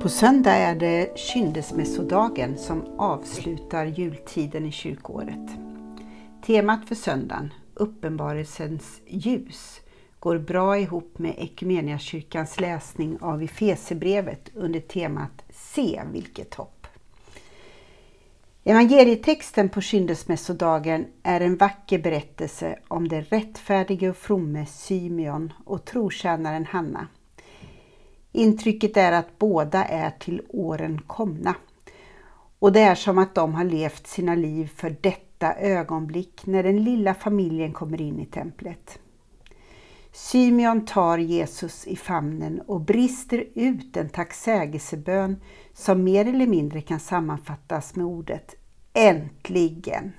På söndag är det kyndelsmässodagen som avslutar jultiden i kyrkåret. Temat för söndagen, uppenbarelsens ljus, går bra ihop med Ekumeniakyrkans läsning av Efesierbrevet under temat Se vilket hopp. Evangelietexten på kyndelsmässodagen är en vacker berättelse om det rättfärdige och fromme Symeon och trotjänaren Hanna. Intrycket är att båda är till åren komna. Och det är som att de har levt sina liv för detta ögonblick när den lilla familjen kommer in i templet. Symeon tar Jesus i famnen och brister ut en tacksägelsebön som mer eller mindre kan sammanfattas med ordet äntligen.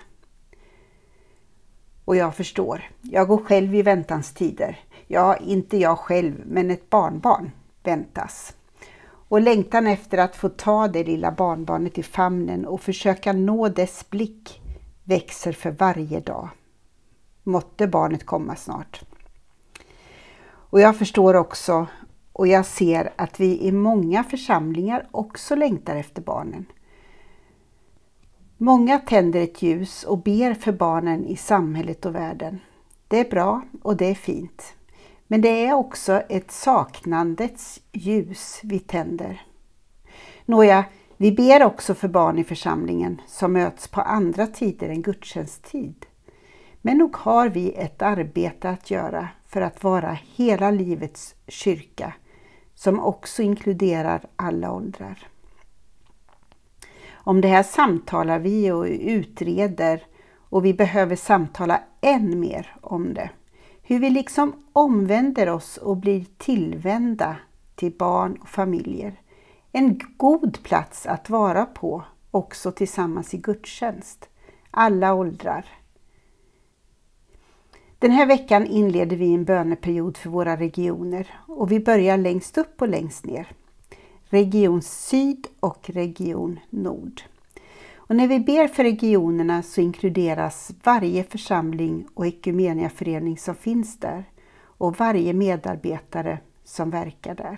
Och jag förstår, jag går själv i väntans tider. Ja, inte jag själv, men ett barnbarn väntas. Och längtan efter att få ta det lilla barnbarnet i famnen och försöka nå dess blick växer för varje dag. Måtte barnet komma snart. Och jag förstår också och jag ser att vi i många församlingar också längtar efter barnen. Många tänder ett ljus och ber för barnen i samhället och världen. Det är bra och det är fint. Men det är också ett saknandets ljus vi tänder. Nåja, vi ber också för barn i församlingen som möts på andra tider än gudstjänsttid. Men nog har vi ett arbete att göra för att vara hela livets kyrka som också inkluderar alla åldrar. Om det här samtalar vi och utreder och vi behöver samtala än mer om det. Hur vi liksom omvänder oss och blir tillvända till barn och familjer. En god plats att vara på också tillsammans i gudstjänst. Alla åldrar. Den här veckan inleder vi en böneperiod för våra regioner och vi börjar längst upp och längst ner. Region Syd och Region Nord. Och när vi ber för regionerna så inkluderas varje församling och ekumeniaförening som finns där och varje medarbetare som verkar där.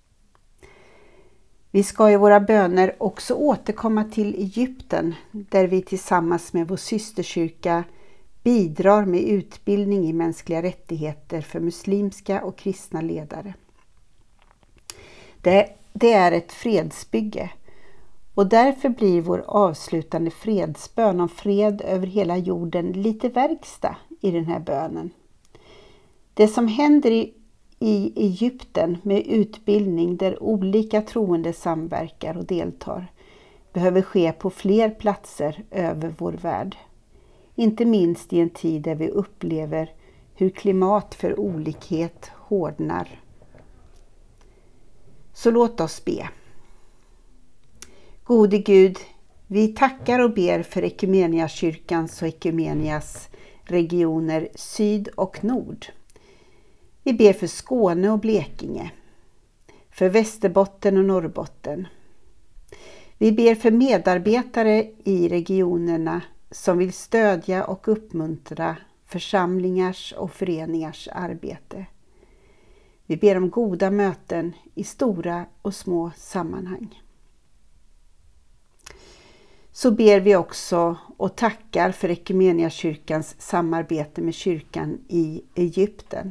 Vi ska i våra böner också återkomma till Egypten där vi tillsammans med vår systerkyrka bidrar med utbildning i mänskliga rättigheter för muslimska och kristna ledare. Det är ett fredsbygge. Och därför blir vår avslutande fredsbön om fred över hela jorden lite verkstad i den här bönen. Det som händer i Egypten med utbildning där olika troende samverkar och deltar behöver ske på fler platser över vår värld. Inte minst i en tid där vi upplever hur klimat för olikhet hårdnar. Så låt oss be. Gode Gud, vi tackar och ber för Ekumeniakyrkans och Ekumenias regioner Syd och Nord. Vi ber för Skåne och Blekinge, för Västerbotten och Norrbotten. Vi ber för medarbetare i regionerna som vill stödja och uppmuntra församlingars och föreningars arbete. Vi ber om goda möten i stora och små sammanhang. Så ber vi också och tackar för Ekumeniakyrkans samarbete med kyrkan i Egypten.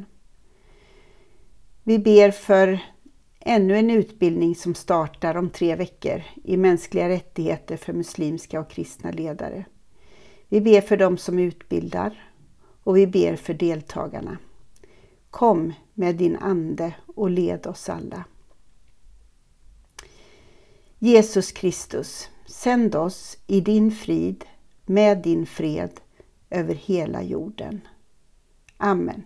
Vi ber för ännu en utbildning som startar om 3 veckor i mänskliga rättigheter för muslimska och kristna ledare. Vi ber för dem som utbildar och vi ber för deltagarna. Kom med din ande och led oss alla. Jesus Kristus, sänd oss i din frid med din fred över hela jorden. Amen.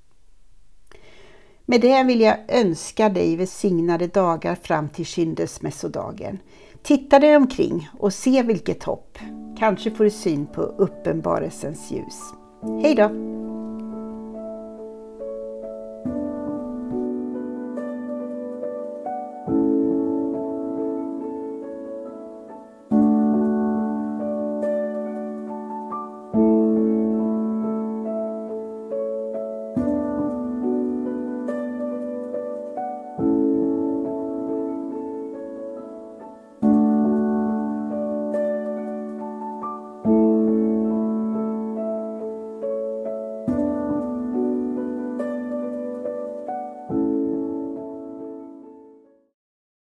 Med det vill jag önska dig välsignade dagar fram till kyndelsmässodagen. Titta dig omkring och se vilket hopp. Kanske får du syn på uppenbarelsens ljus. Hej då!